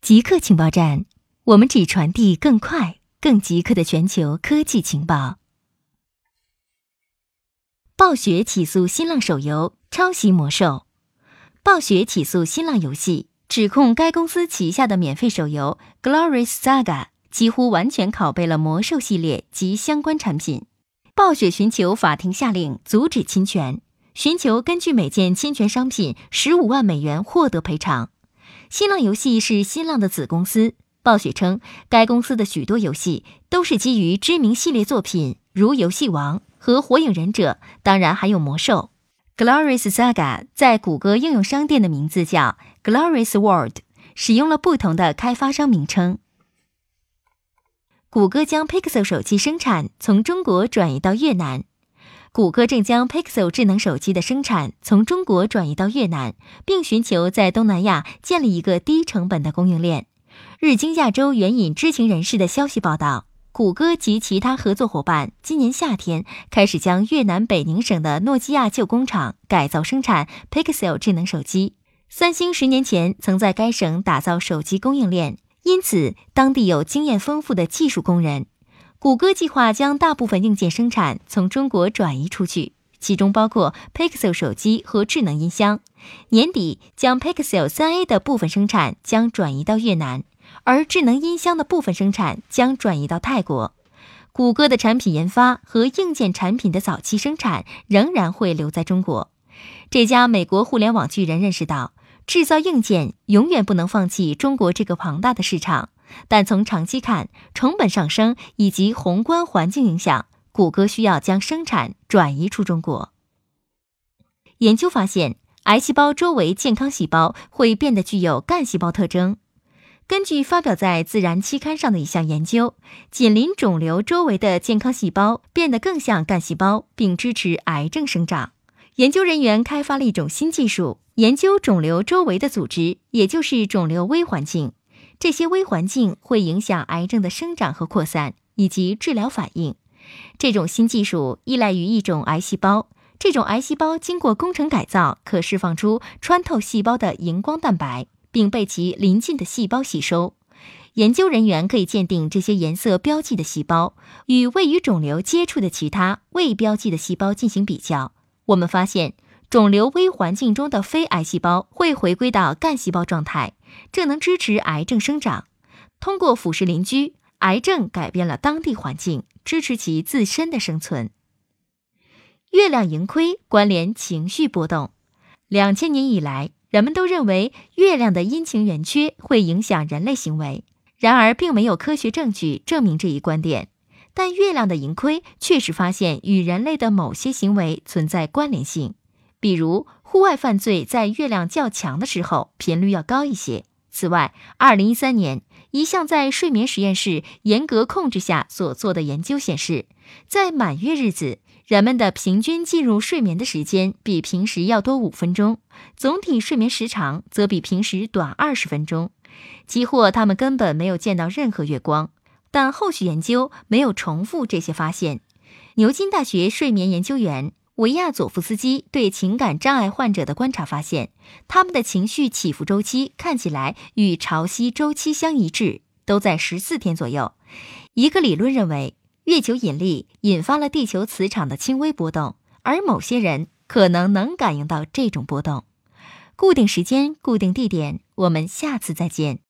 极客情报站，我们只传递更快、更极客的全球科技情报。暴雪起诉新浪手游抄袭魔兽。暴雪起诉新浪游戏，指控该公司旗下的免费手游 Glorious Saga 几乎完全拷贝了魔兽系列及相关产品。暴雪寻求法庭下令阻止侵权，寻求根据每件侵权商品15万美元获得赔偿。新浪游戏是新浪的子公司，暴雪称该公司的许多游戏都是基于知名系列作品，如游戏王和火影忍者，当然还有魔兽。Glorious Saga 在谷歌应用商店的名字叫 Glorious World， 使用了不同的开发商名称。谷歌将 Pixel 手机生产从中国转移到越南。谷歌正将 Pixel 智能手机的生产从中国转移到越南，并寻求在东南亚建立一个低成本的供应链。日经亚洲援引知情人士的消息报道，谷歌及其他合作伙伴今年夏天开始将越南北宁省的诺基亚旧工厂改造生产 Pixel 智能手机。三星10年前曾在该省打造手机供应链，因此当地有经验丰富的技术工人。谷歌计划将大部分硬件生产从中国转移出去，其中包括 Pixel 手机和智能音箱。年底将 Pixel 3A 的部分生产将转移到越南，而智能音箱的部分生产将转移到泰国。谷歌的产品研发和硬件产品的早期生产仍然会留在中国。这家美国互联网巨人认识到，制造硬件永远不能放弃中国这个庞大的市场，但从长期看，成本上升以及宏观环境影响，谷歌需要将生产转移出中国。研究发现，癌细胞周围健康细胞会变得具有干细胞特征。根据发表在《自然》期刊上的一项研究，紧邻肿瘤周围的健康细胞变得更像干细胞，并支持癌症生长。研究人员开发了一种新技术，研究肿瘤周围的组织，也就是肿瘤微环境。这些微环境会影响癌症的生长和扩散，以及治疗反应。这种新技术依赖于一种癌细胞，这种癌细胞经过工程改造，可释放出穿透细胞的荧光蛋白，并被其邻近的细胞吸收。研究人员可以鉴定这些颜色标记的细胞，与位于肿瘤接触的其他未标记的细胞进行比较。我们发现，肿瘤微环境中的非癌细胞会回归到干细胞状态，这能支持癌症生长。通过腐蚀邻居，癌症改变了当地环境，支持其自身的生存。月亮盈亏关联情绪波动。2000年以来，人们都认为月亮的阴晴圆缺会影响人类行为，然而并没有科学证据证明这一观点。但月亮的盈亏确实发现与人类的某些行为存在关联性，比如户外犯罪在月亮较强的时候频率要高一些。此外，2013年一项在睡眠实验室严格控制下所做的研究显示，在满月日子，人们的平均进入睡眠的时间比平时要多5分钟，总体睡眠时长则比平时短20分钟。即或他们根本没有见到任何月光，但后续研究没有重复这些发现。牛津大学睡眠研究员维亚佐夫斯基对情感障碍患者的观察发现，他们的情绪起伏周期看起来与潮汐周期相一致，都在14天左右。一个理论认为，月球引力引发了地球磁场的轻微波动，而某些人可能感应到这种波动。固定时间，固定地点，我们下次再见。